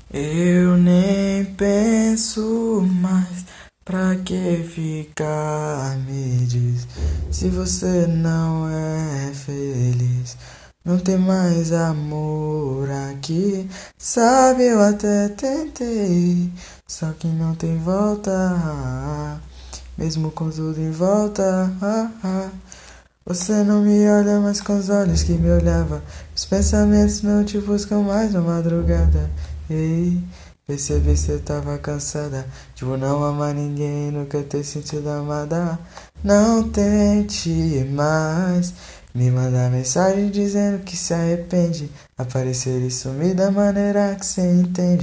Eu nem penso mais, pra que ficar? Me diz, se você não é feliz, não tem mais amor aqui. Sabe, eu até tentei, só que não tem volta, mesmo com tudo em volta. Você não me olha mais com os olhos que me olhava. Os pensamentos não te buscam mais na madrugada. Ei, percebi cê tava cansada de não amar ninguém, nunca ter sentido amada. Não tente mais me mandar mensagem dizendo que se arrepende, aparecer e sumir da maneira que cê entende.